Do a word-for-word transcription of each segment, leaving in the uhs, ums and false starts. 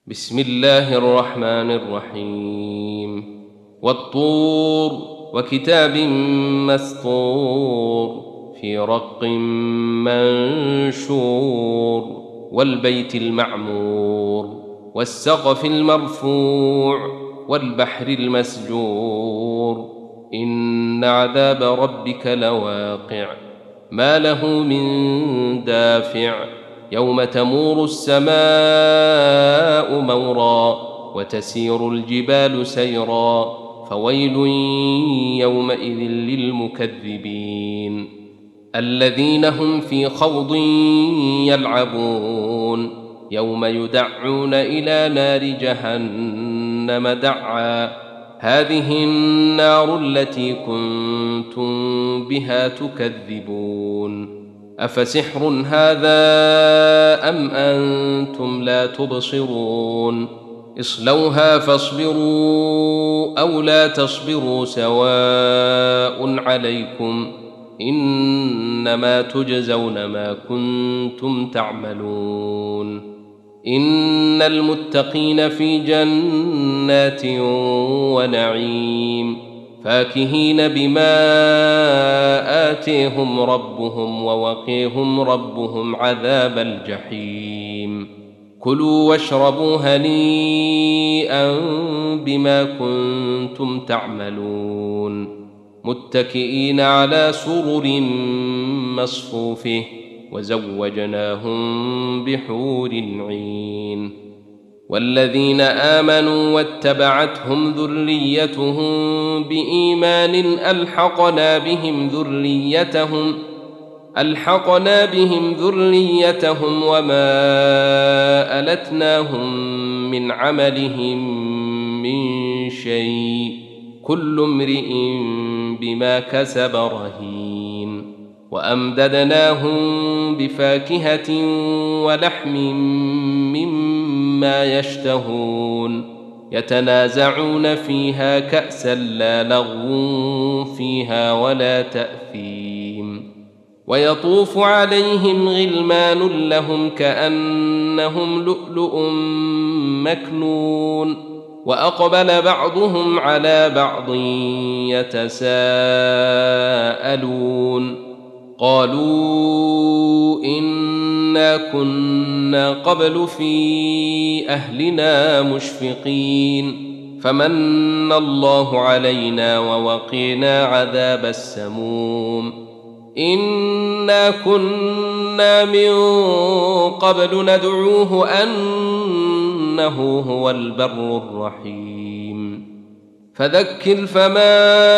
بسم الله الرحمن الرحيم والطور وكتاب مسطور في رق منشور والبيت المعمور والسقف المرفوع والبحر المسجور إن عذاب ربك لواقع ما له من دافع يوم تمور السماء مورا وتسير الجبال سيرا فويل يومئذ للمكذبين الذين هم في خوض يلعبون يوم يدعون إلى نار جهنم دعا هذه النار التي كنتم بها تكذبون أفسحر هذا أم أنتم لا تبصرون اصلوها فاصبروا أو لا تصبروا سواء عليكم إنما تجزون ما كنتم تعملون إن المتقين في جنات ونعيم فاكهين بما آتيهم ربهم ووقيهم ربهم عذاب الجحيم كلوا واشربوا هنيئا بما كنتم تعملون متكئين على سرر مصفوفه وزوجناهم بحور عين والذين آمنوا واتبعتهم ذريتهم بإيمان ألحقنا بهم ذريتهم ألحقنا بهم ذريتهم وما ألتناهم من عملهم من شيء كل امرئ بما كسب رهين وأمددناهم بفاكهة ولحم مما يشتهون يتنازعون فيها كأسا لا لغو فيها ولا تأثيم ويطوف عليهم غلمان لهم كأنهم لؤلؤ مكنون وأقبل بعضهم على بعض يتساءلون قالوا إنا كنا قبل في أهلنا مشفقين فمن الله علينا ووقينا عذاب السموم إنا كنا من قبل ندعوه أنه هو البر الرحيم فذكر فما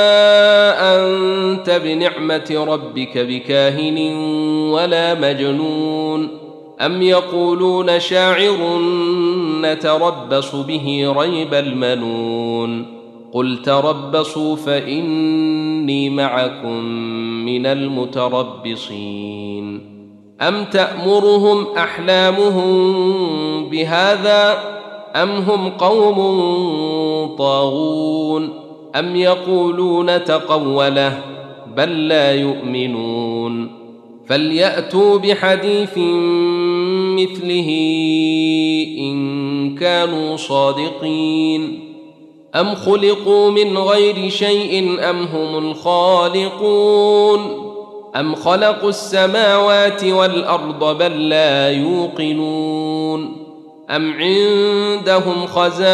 أنت بنعمة ربك بكاهن ولا مجنون أم يقولون شاعر نتربص به ريب المنون قل تربصوا فإني معكم من المتربصين أم تأمرهم أحلامهم بهذا أم هم قوم طاغون أم يقولون تقوله بل لا يؤمنون فليأتوا بحديث مثله إن كانوا صادقين أم خلقوا من غير شيء أم هم الخالقون أم خلقوا السماوات والأرض بل لا يوقنون أم عندهم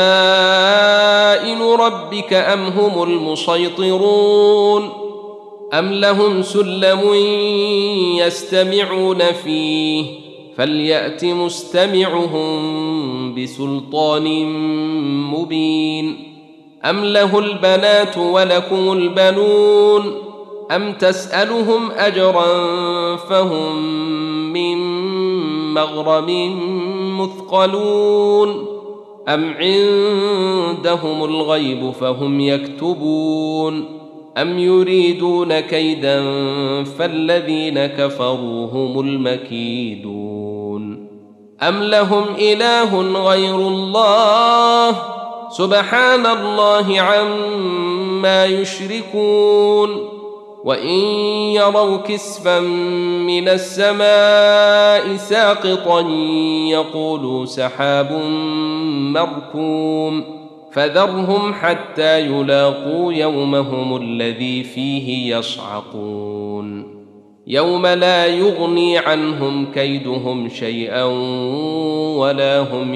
خزائن ربك أم هم المسيطرون أم لهم سلم يستمعون فيه فليأت مستمعهم بسلطان مبين أم له البنات ولكم البنون أم تسألهم أجرا فهم من مغرم مثقلون أم عندهم الغيب فهم يكتبون أم يريدون كيدا فالذين كفروا هم المكيدون أم لهم إله غير الله سبحان الله عما يشركون وإن يروا كسفا من السماء ساقطا يقولوا سحاب مركوم فذرهم حتى يلاقوا يومهم الذي فيه يصعقون يوم لا يغني عنهم كيدهم شيئا ولا هم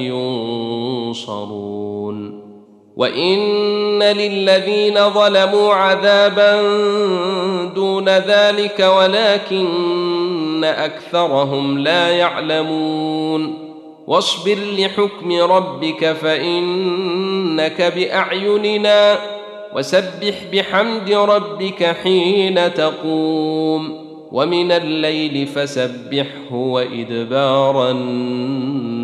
ينصرون وإن للذين ظلموا عذابا دون ذلك ولكن أكثرهم لا يعلمون واصبر لحكم ربك فإنك بأعيننا وسبح بحمد ربك حين تقوم ومن الليل فسبحه وإدبار النجوم